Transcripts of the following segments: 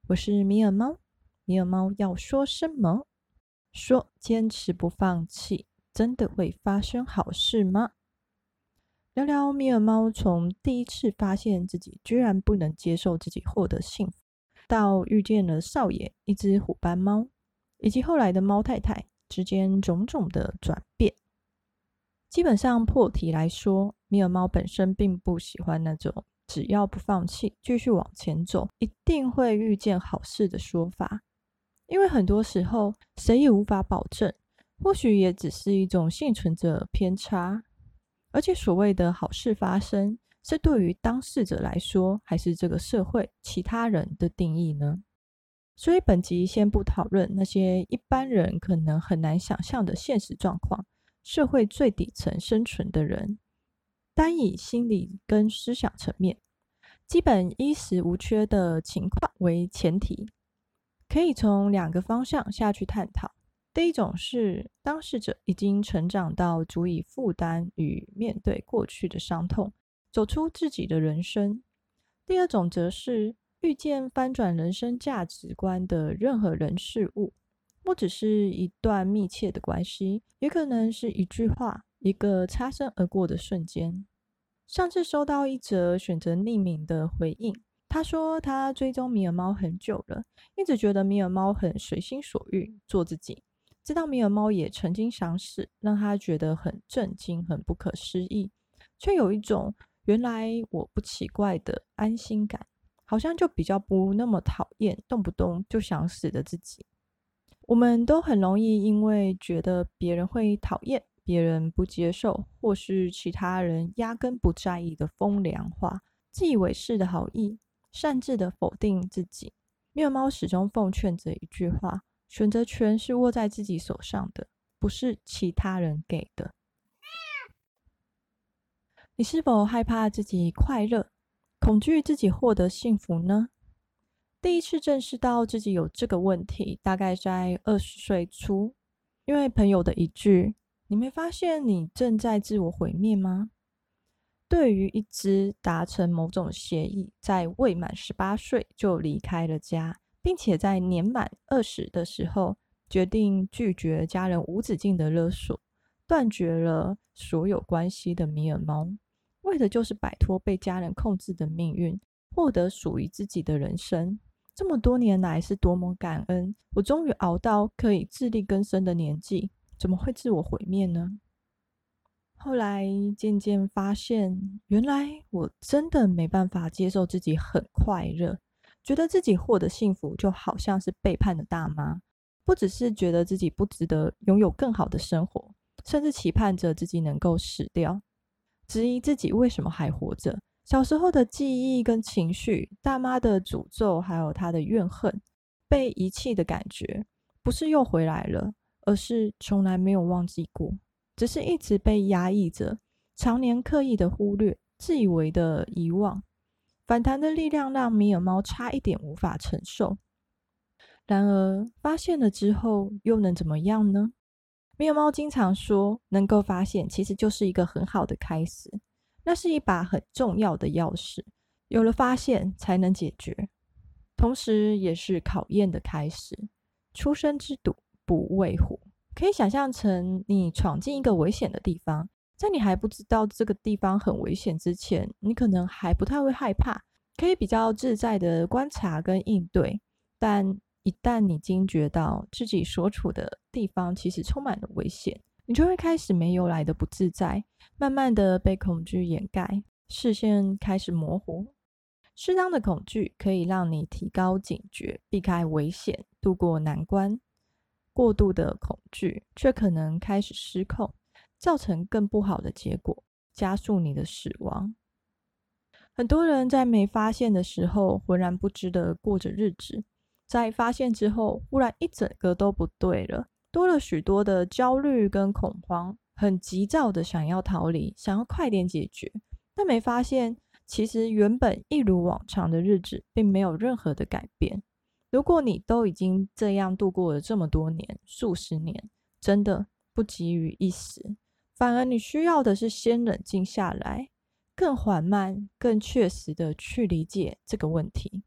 我是米尔猫。米尔猫要说什么？说坚持不放弃，真的会发生好事吗？聊聊米尔猫从第一次发现自己居然不能接受自己获得幸福，到遇见了少爷一只虎斑猫，以及后来的猫太太之间种种的转变。基本上破题来说，米尔猫本身并不喜欢那种只要不放弃，继续往前走，一定会遇见好事的说法。因为很多时候谁也无法保证，或许也只是一种幸存者偏差。而且所谓的好事发生，是对于当事者来说，还是这个社会其他人的定义呢？所以本集先不讨论那些一般人可能很难想象的现实状况，社会最底层生存的人，单以心理跟思想层面，基本衣食无缺的情况为前提，可以从两个方向下去探讨。第一种是当事者已经成长到足以负担与面对过去的伤痛，走出自己的人生。第二种则是遇见翻转人生价值观的任何人事物，不只是一段密切的关系，也可能是一句话，一个擦身而过的瞬间。上次收到一则选择匿名的回应，他说他追踪米尔猫很久了，一直觉得米尔猫很随心所欲，做自己。知道米尔猫也曾经想死，让他觉得很震惊、很不可思议，却有一种原来我不奇怪的安心感，好像就比较不那么讨厌动不动就想死的自己。我们都很容易因为觉得别人会讨厌、别人不接受，或是其他人压根不在意的风凉话，自以为是的好意，擅自的否定自己。米尔猫始终奉劝着一句话：选择权是握在自己手上的，不是其他人给的。你是否害怕自己快乐，恐惧自己获得幸福呢？第一次正视到自己有这个问题，大概在20岁初，因为朋友的一句“你没发现你正在自我毁灭吗？”对于一只达成某种协议，在未满18岁就离开了家，并且在年满20的时候，决定拒绝家人无止境的勒索，断绝了所有关系的米尔猫，为的就是摆脱被家人控制的命运，获得属于自己的人生。这么多年来是多么感恩，我终于熬到可以自力更生的年纪，怎么会自我毁灭呢？后来渐渐发现，原来我真的没办法接受自己很快乐，觉得自己获得幸福就好像是背叛的大妈，不只是觉得自己不值得拥有更好的生活，甚至期盼着自己能够死掉，质疑自己为什么还活着。小时候的记忆跟情绪，大妈的诅咒，还有她的怨恨，被遗弃的感觉，不是又回来了，而是从来没有忘记过，只是一直被压抑着，常年刻意的忽略，自以为的遗忘。反弹的力量让米尔猫差一点无法承受。然而发现了之后，又能怎么样呢？米尔猫经常说，能够发现其实就是一个很好的开始，那是一把很重要的钥匙，有了发现才能解决，同时也是考验的开始。初生之犊不畏虎，可以想象成你闯进一个危险的地方，在你还不知道这个地方很危险之前，你可能还不太会害怕，可以比较自在的观察跟应对。但一旦你惊觉到自己所处的地方其实充满了危险，你就会开始没由来的不自在，慢慢的被恐惧掩盖，视线开始模糊。适当的恐惧可以让你提高警觉，避开危险，度过难关。过度的恐惧却可能开始失控，造成更不好的结果，加速你的死亡。很多人在没发现的时候浑然不知的过着日子，在发现之后忽然一整个都不对了，多了许多的焦虑跟恐慌，很急躁的想要逃离，想要快点解决，但没发现其实原本一如往常的日子并没有任何的改变。如果你都已经这样度过了这么多年，数十年，真的不急于一时，反而你需要的是先冷静下来，更缓慢、更确实的去理解这个问题。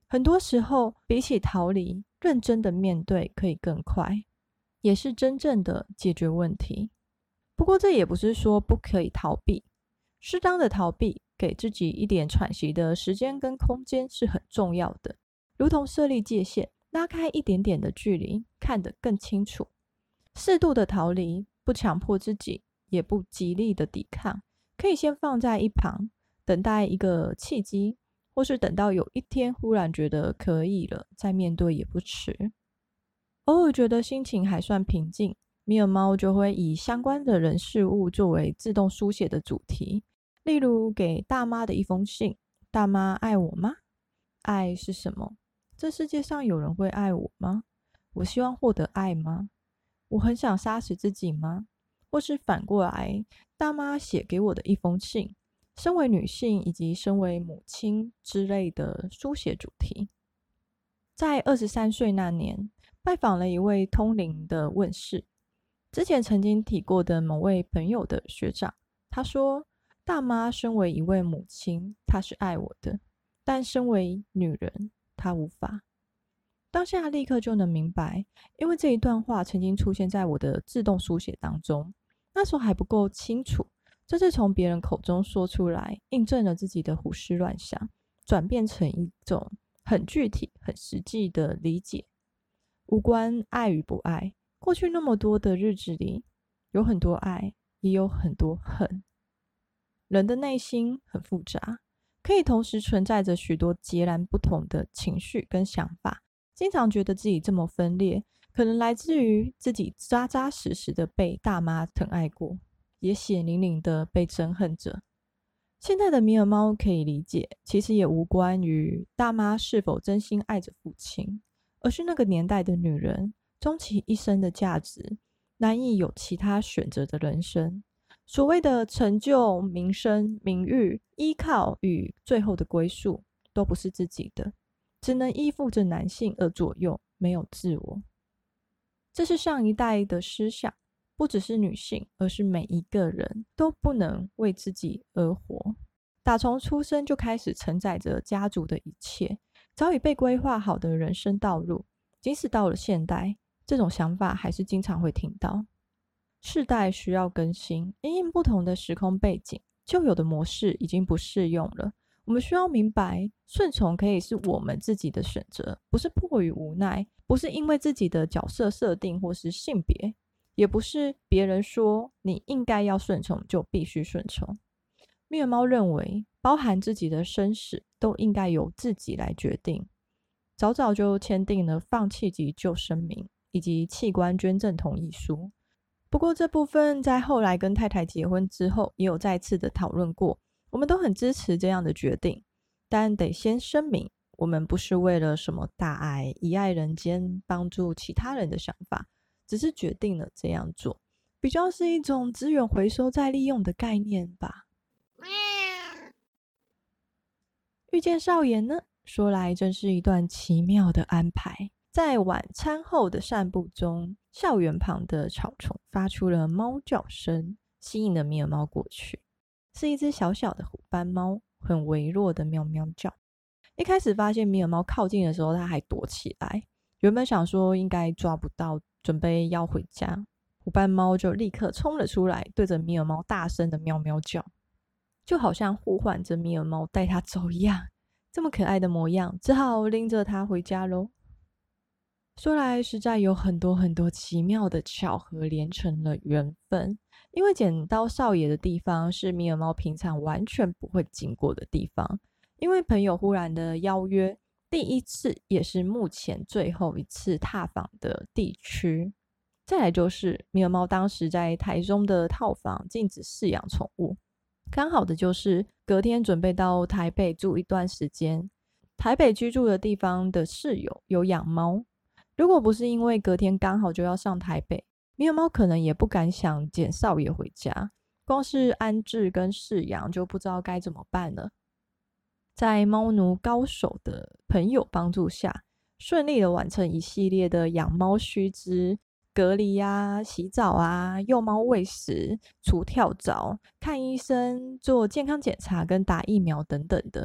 很多时候，比起逃离，认真的面对可以更快，也是真正的解决问题。不过这也不是说不可以逃避，适当的逃避，给自己一点喘息的时间跟空间是很重要的，如同设立界限，拉开一点点的距离，看得更清楚。适度的逃离，不强迫自己，也不极力的抵抗，可以先放在一旁，等待一个契机，或是等到有一天忽然觉得可以了，再面对也不迟。偶尔觉得心情还算平静，米尔猫就会以相关的人事物作为自动书写的主题，例如给大妈的一封信：大妈爱我吗？爱是什么？这世界上有人会爱我吗？我希望获得爱吗？我很想杀死自己吗？或是反过来，大妈写给我的一封信，身为女性以及身为母亲之类的书写主题。在23岁那年，拜访了一位通灵的问世，之前曾经提过的某位朋友的学长，他说，大妈身为一位母亲，她是爱我的，但身为女人，她无法。当下立刻就能明白，因为这一段话曾经出现在我的自动书写当中，那时候还不够清楚，这是从别人口中说出来，印证了自己的胡思乱想，转变成一种很具体、很实际的理解，无关爱与不爱。过去那么多的日子里，有很多爱，也有很多恨。人的内心很复杂，可以同时存在着许多截然不同的情绪跟想法。经常觉得自己这么分裂，可能来自于自己扎扎实实的被大妈疼爱过，也血淋淋的被憎恨着。现在的米尔猫可以理解，其实也无关于大妈是否真心爱着父亲，而是那个年代的女人终其一生的价值，难以有其他选择的人生。所谓的成就、名声、名誉、依靠与最后的归宿，都不是自己的，只能依附着男性而左右，没有自我。这是上一代的思想，不只是女性，而是每一个人都不能为自己而活。打从出生就开始承载着家族的一切，早已被规划好的人生道路，即使到了现代，这种想法还是经常会听到。世代需要更新，因应不同的时空背景，旧有的模式已经不适用了。我们需要明白，顺从可以是我们自己的选择，不是迫于无奈，不是因为自己的角色设定或是性别，也不是别人说你应该要顺从就必须顺从。米尔猫认为，包含自己的生死都应该由自己来决定。早早就签订了放弃急救声明以及器官捐赠同意书。不过这部分在后来跟太太结婚之后，也有再次的讨论过。我们都很支持这样的决定，但得先声明，我们不是为了什么大爱、遗爱人间、帮助其他人的想法，只是决定了这样做，比较是一种资源回收再利用的概念吧。遇见少爷呢，说来真是一段奇妙的安排。在晚餐后的散步中，校园旁的草丛发出了猫叫声，吸引了米尔猫过去。是一只小小的虎斑猫，很微弱的喵喵叫。一开始发现米尔猫靠近的时候，它还躲起来，原本想说应该抓不到，准备要回家。虎斑猫就立刻冲了出来，对着米尔猫大声的喵喵叫，就好像呼唤着米尔猫带它走一样。这么可爱的模样，只好拎着它回家咯。说来实在有很多很多奇妙的巧合连成了缘分，因为捡到少爷的地方是米尔猫平常完全不会经过的地方，因为朋友忽然的邀约，第一次也是目前最后一次踏访的地区。再来就是米尔猫当时在台中的套房禁止饲养宠物，刚好的就是隔天准备到台北住一段时间，台北居住的地方的室友有养猫，如果不是因为隔天刚好就要上台北，米尔猫可能也不敢想捡少爷回家，光是安置跟饲养就不知道该怎么办了。在猫奴高手的朋友帮助下，顺利的完成一系列的养猫须知，隔离啊、洗澡啊、幼猫喂食、除跳蚤、看医生、做健康检查跟打疫苗等等的。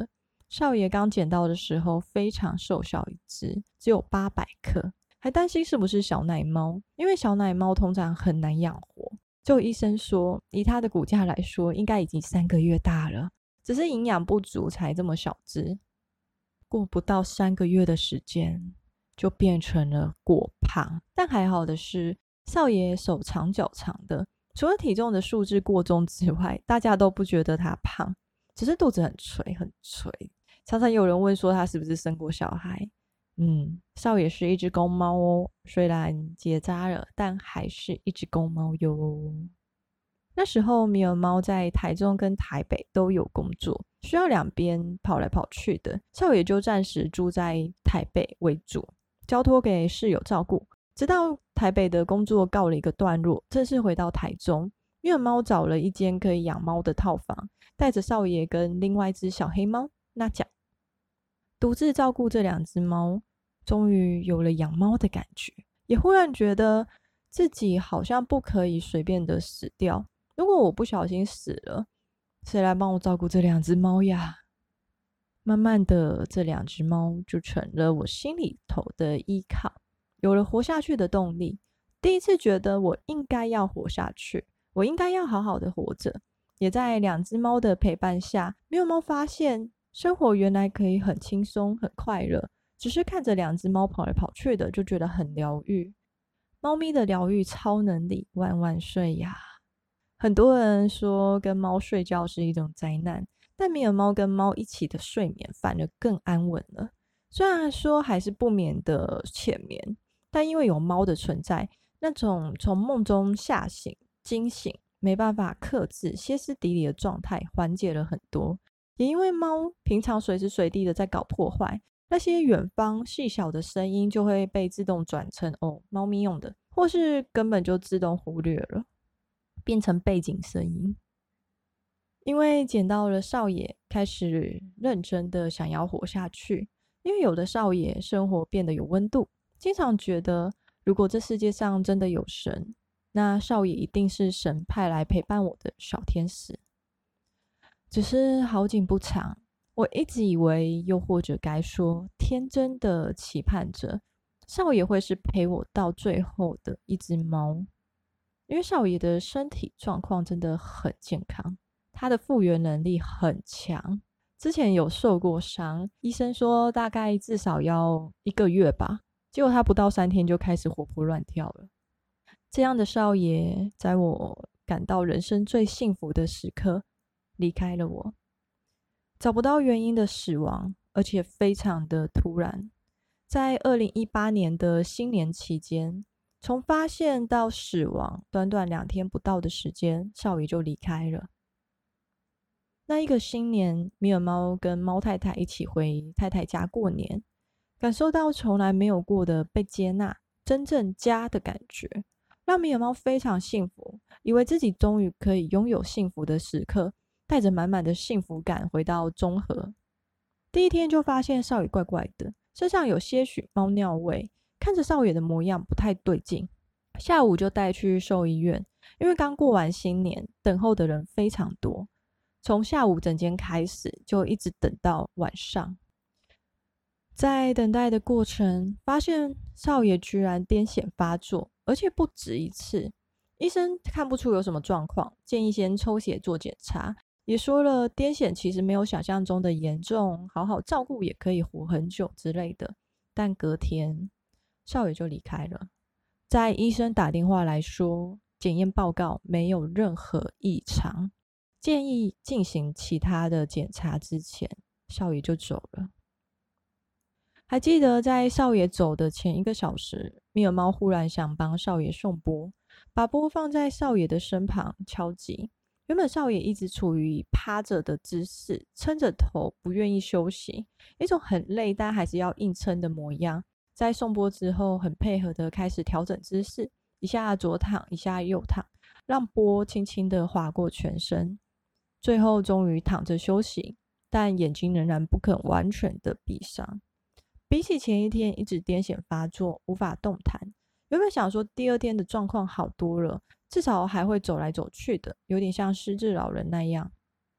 少爷刚捡到的时候非常瘦小一只，只有800克，还担心是不是小奶猫，因为小奶猫通常很难养活。就医生说，以它的骨架来说，应该已经3个月大了，只是营养不足才这么小只。过不到3个月的时间，就变成了过胖。但还好的是，少爷手长脚长的，除了体重的数字过重之外，大家都不觉得他胖，只是肚子很垂很垂。常常有人问说他是不是生过小孩。少爷是一只公猫哦，虽然结扎了，但还是一只公猫哟。那时候米尔猫在台中跟台北都有工作，需要两边跑来跑去的，少爷就暂时住在台北为主，交托给室友照顾。直到台北的工作告了一个段落，正式回到台中，米尔猫找了一间可以养猫的套房，带着少爷跟另外一只小黑猫那讲，独自照顾这2只猫，终于有了养猫的感觉，也忽然觉得自己好像不可以随便的死掉。如果我不小心死了，谁来帮我照顾这2只猫呀？慢慢的，这2只猫就成了我心里头的依靠，有了活下去的动力。第一次觉得我应该要活下去，我应该要好好的活着。也在2只猫的陪伴下，米尔猫发现生活原来可以很轻松很快乐，只是看着2只猫跑来跑去的，就觉得很疗愈。猫咪的疗愈超能力，万万岁呀！很多人说跟猫睡觉是一种灾难，但米尔猫跟猫一起的睡眠反而更安稳了。虽然说还是不免的浅眠，但因为有猫的存在，那种从梦中吓醒、惊醒、没办法克制、歇斯底里的状态缓解了很多。也因为猫平常随时随地的在搞破坏，那些远方细小的声音就会被自动转成猫咪用的，或是根本就自动忽略了，变成背景声音。因为捡到了少爷，开始认真的想要活下去。因为有的少爷生活变得有温度，经常觉得如果这世界上真的有神，那少爷一定是神派来陪伴我的小天使。只是好景不长，我一直以为，又或者该说天真的期盼着，少爷会是陪我到最后的一只猫。因为少爷的身体状况真的很健康，他的复原能力很强。之前有受过伤，医生说大概至少要1个月吧，结果他不到3天就开始活泼乱跳了。这样的少爷，在我感到人生最幸福的时刻，离开了我。找不到原因的死亡，而且非常的突然。在2018年的新年期间，从发现到死亡，短短2天不到的时间，少爷就离开了。那一个新年，米尔猫跟猫太太一起回太太家过年，感受到从来没有过的被接纳、真正家的感觉，让米尔猫非常幸福，以为自己终于可以拥有幸福的时刻，带着满满的幸福感回到中和。第一天就发现少爷怪怪的，身上有些许猫尿味，看着少爷的模样不太对劲。下午就带去兽医院，因为刚过完新年，等候的人非常多，从下午整间开始，就一直等到晚上。在等待的过程，发现少爷居然癫痫发作，而且不止一次。医生看不出有什么状况，建议先抽血做检查，也说了癫痫其实没有想象中的严重，好好照顾也可以活很久之类的。但隔天，少爷就离开了。在医生打电话来说，检验报告没有任何异常，建议进行其他的检查之前，少爷就走了。还记得在少爷走的前1个小时，米尔猫忽然想帮少爷送钵，把钵放在少爷的身旁敲击。原本少爷一直处于趴着的姿势，撑着头不愿意休息，一种很累但还是要硬撑的模样。在送钵之后，很配合的开始调整姿势，一下左躺，一下右躺，让钵轻轻的划过全身。最后终于躺着休息，但眼睛仍然不肯完全的闭上。比起前一天一直癫痫发作，无法动弹，原本想说第2天的状况好多了，至少还会走来走去的，有点像失智老人那样。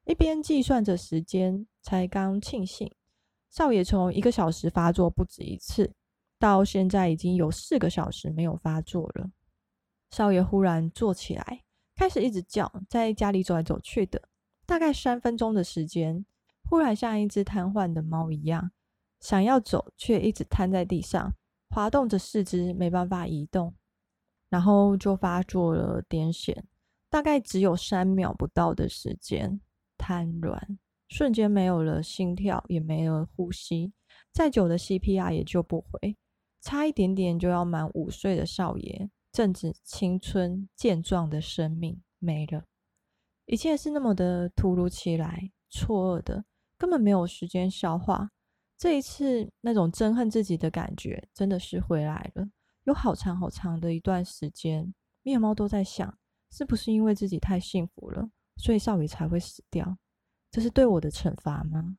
一边计算着时间，才刚庆幸，少爷从1个小时发作不止一次，到现在已经有4个小时没有发作了。少爷忽然坐起来，开始一直叫，在家里走来走去的，大概3分钟的时间，忽然像一只瘫痪的猫一样，想要走却一直瘫在地上，滑动着四肢，没办法移动，然后就发作了癫痫，大概只有3秒不到的时间，瘫软，瞬间没有了心跳，也没了呼吸，再久的 CPR 也救不回，差一点点就要满5岁的少爷，正值青春健壮的生命没了。一切是那么的突如其来，错愕的，根本没有时间消化。这一次那种憎恨自己的感觉真的是回来了，有好长好长的一段时间，面猫都在想，是不是因为自己太幸福了，所以少爷才会死掉？这是对我的惩罚吗？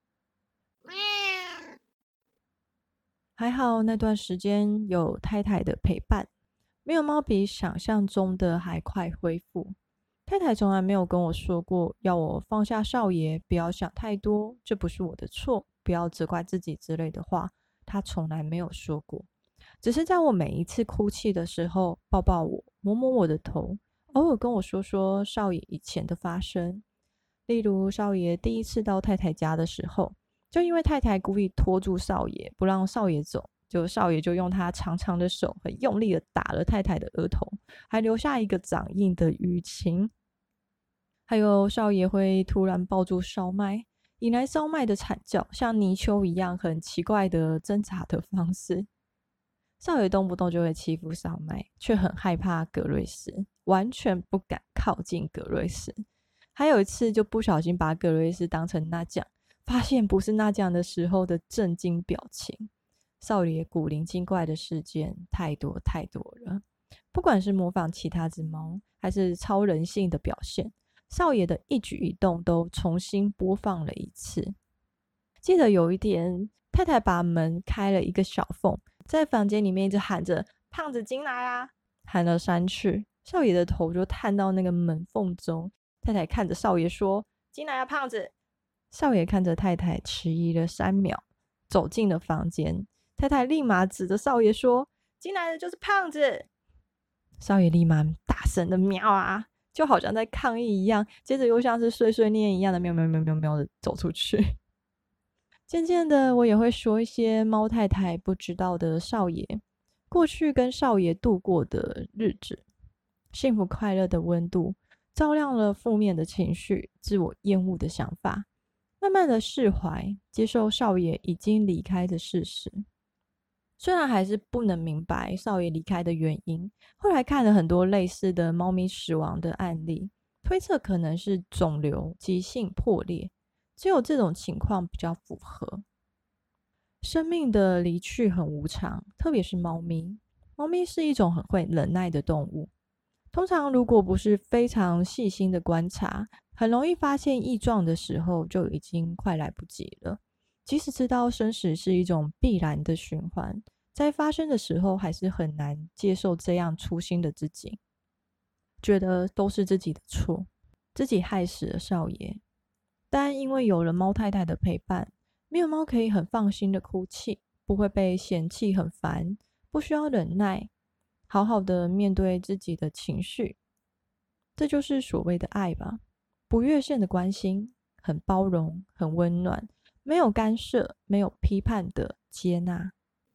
还好那段时间有太太的陪伴，没有猫比想象中的还快恢复。太太从来没有跟我说过要我放下少爷，不要想太多，这不是我的错，不要责怪自己之类的话，她从来没有说过。只是在我每一次哭泣的时候，抱抱我，摸摸我的头，偶尔跟我说说少爷以前的发生。例如少爷第一次到太太家的时候，就因为太太故意拖住少爷，不让少爷走，少爷就用他长长的手很用力的打了太太的额头，还留下一个掌印的淤青。还有少爷会突然抱住烧麦，引来烧麦的惨叫，像泥鳅一样很奇怪的挣扎的方式。少爷动不动就会欺负烧麦，却很害怕葛瑞斯，完全不敢靠近葛瑞斯。还有一次就不小心把葛瑞斯当成那酱，发现不是那酱的时候的震惊表情。少爷古灵精怪的事件太多太多了，不管是模仿其他只猫，还是超人性的表现，少爷的一举一动都重新播放了一次。记得有一天，太太把门开了一个小缝，在房间里面一直喊着胖子进来啊，喊了3次，少爷的头就探到那个门缝中。太太看着少爷说，进来啊胖子。少爷看着太太迟疑了3秒，走进了房间。太太立马指着少爷说，进来的就是胖子。少爷立马大声的喵啊，就好像在抗议一样，接着又像是碎碎念一样的喵喵喵喵喵的走出去。渐渐的，我也会说一些猫太太不知道的少爷过去跟少爷度过的日子，幸福快乐的温度照亮了负面的情绪，自我厌恶的想法，慢慢的释怀，接受少爷已经离开的事实。虽然还是不能明白少爷离开的原因，后来看了很多类似的猫咪死亡的案例，推测可能是肿瘤急性破裂，只有这种情况比较符合。生命的离去很无常，特别是猫咪。猫咪是一种很会忍耐的动物，通常如果不是非常细心的观察，很容易发现异状的时候就已经快来不及了。即使知道生死是一种必然的循环，在发生的时候还是很难接受这样粗心的自己，觉得都是自己的错，自己害死了少爷。但因为有了猫太太的陪伴，没有猫可以很放心的哭泣，不会被嫌弃很烦，不需要忍耐，好好的面对自己的情绪。这就是所谓的爱吧，不越线的关心，很包容，很温暖，没有干涉，没有批判的接纳。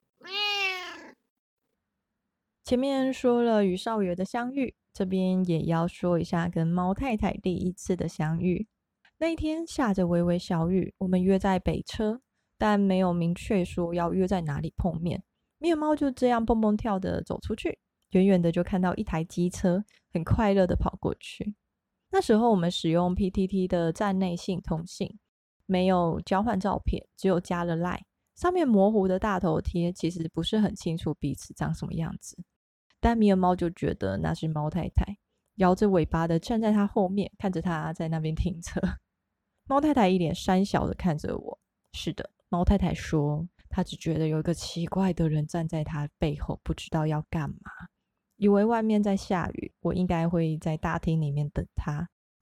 前面说了与少爷的相遇，这边也要说一下跟猫太太第一次的相遇。那一天下着微微小雨，我们约在北车，但没有明确说要约在哪里碰面。米尔猫就这样蹦蹦跳的走出去，远远的就看到一台机车，很快乐的跑过去。那时候我们使用 PTT 的站内信通信，没有交换照片，只有加了 LINE， 上面模糊的大头贴其实不是很清楚彼此长什么样子。但米尔猫就觉得那是猫太太，摇着尾巴的站在他后面，看着他在那边停车。猫太太一脸讪笑的看着我。是的，猫太太说，她只觉得有一个奇怪的人站在她背后，不知道要干嘛。以为外面在下雨，我应该会在大厅里面等她，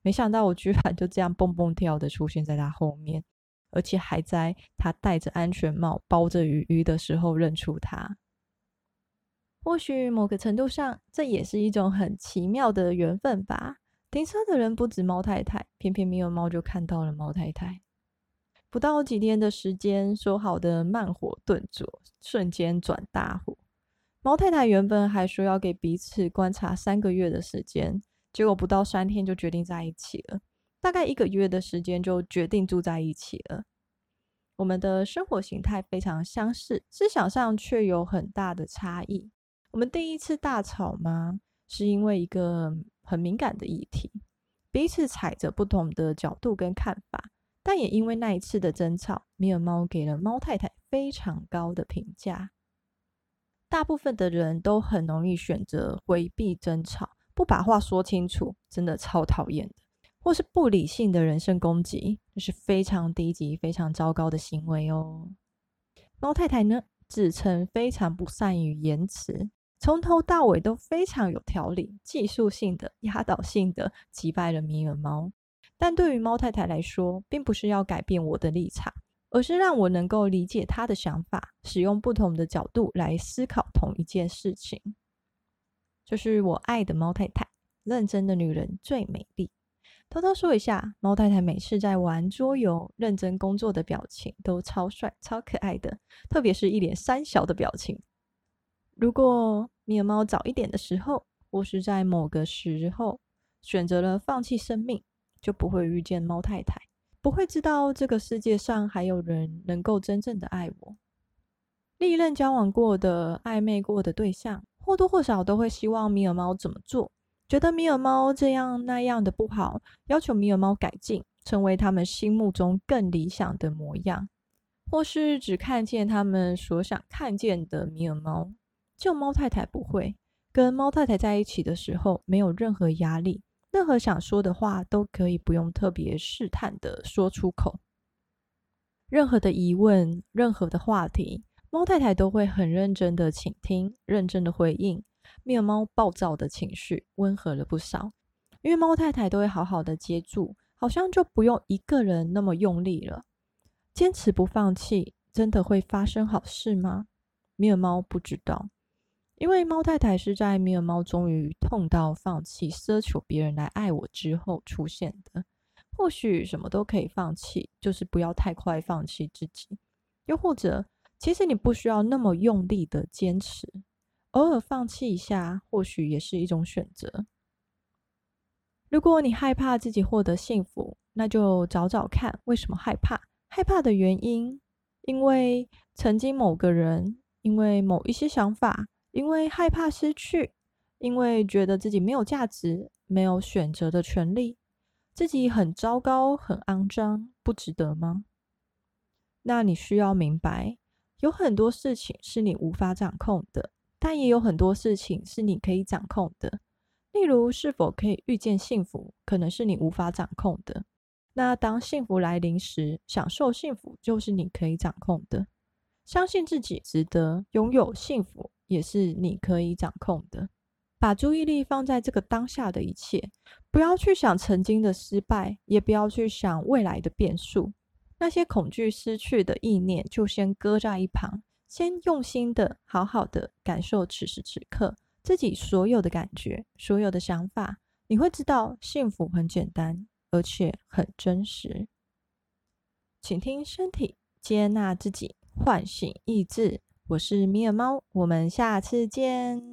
没想到我居然就这样蹦蹦跳的出现在他后面，而且还在他戴着安全帽包着雨衣的时候认出他。或许某个程度上，这也是一种很奇妙的缘分吧。停车的人不止猫太太，偏偏米尔猫就看到了猫太太。不到几天的时间，说好的慢火炖煮瞬间转大火。猫太太原本还说要给彼此观察3个月的时间，结果不到3天就决定在一起了。大概1个月的时间就决定住在一起了。我们的生活形态非常相似，思想上却有很大的差异。我们第一次大吵吗？是因为一个很敏感的议题，彼此踩着不同的角度跟看法，但也因为那一次的争吵，米尔猫给了猫太太非常高的评价。大部分的人都很容易选择回避争吵，不把话说清楚，真的超讨厌的。或是不理性的人身攻击，这是非常低级、非常糟糕的行为哦。猫太太呢，自称非常不善于言辞，从头到尾都非常有条理，技术性的、压倒性的击败了米尔猫。但对于猫太太来说，并不是要改变我的立场，而是让我能够理解她的想法，使用不同的角度来思考同一件事情。就是我爱的猫太太，认真的女人最美丽。偷偷说一下，猫太太每次在玩桌游、认真工作的表情都超帅、超可爱的，特别是一脸三小的表情。如果米尔猫早一点的时候，或是在某个时候选择了放弃生命，就不会遇见猫太太，不会知道这个世界上还有人能够真正的爱我。历任交往过的、暧昧过的对象，或多或少都会希望米尔猫怎么做，觉得米尔猫这样那样的不好，要求米尔猫改进，成为他们心目中更理想的模样，或是只看见他们所想看见的米尔猫。就猫太太不会，跟猫太太在一起的时候，没有任何压力，任何想说的话都可以不用特别试探的说出口，任何的疑问，任何的话题，猫太太都会很认真的倾听，认真的回应。米尔猫暴躁的情绪温和了不少，因为猫太太都会好好的接住，好像就不用一个人那么用力了。坚持不放弃，真的会发生好事吗？米尔猫不知道，因为猫太太是在米尔猫终于痛到放弃奢求别人来爱我之后出现的。或许什么都可以放弃，就是不要太快放弃自己。又或者，其实你不需要那么用力的坚持，偶尔放弃一下，或许也是一种选择。如果你害怕自己获得幸福，那就找找看为什么害怕。害怕的原因，因为曾经某个人，因为某一些想法，因为害怕失去，因为觉得自己没有价值，没有选择的权利，自己很糟糕，很肮脏，不值得吗？那你需要明白，有很多事情是你无法掌控的，但也有很多事情是你可以掌控的。例如，是否可以遇见幸福，可能是你无法掌控的。那当幸福来临时，享受幸福就是你可以掌控的。相信自己值得拥有幸福，也是你可以掌控的。把注意力放在这个当下的一切，不要去想曾经的失败，也不要去想未来的变数。那些恐惧失去的意念，就先搁在一旁，先用心的、好好的感受此时此刻自己所有的感觉、所有的想法。你会知道，幸福很简单，而且很真实。请听身体，接纳自己，唤醒意志。我是米尔猫，我们下次见。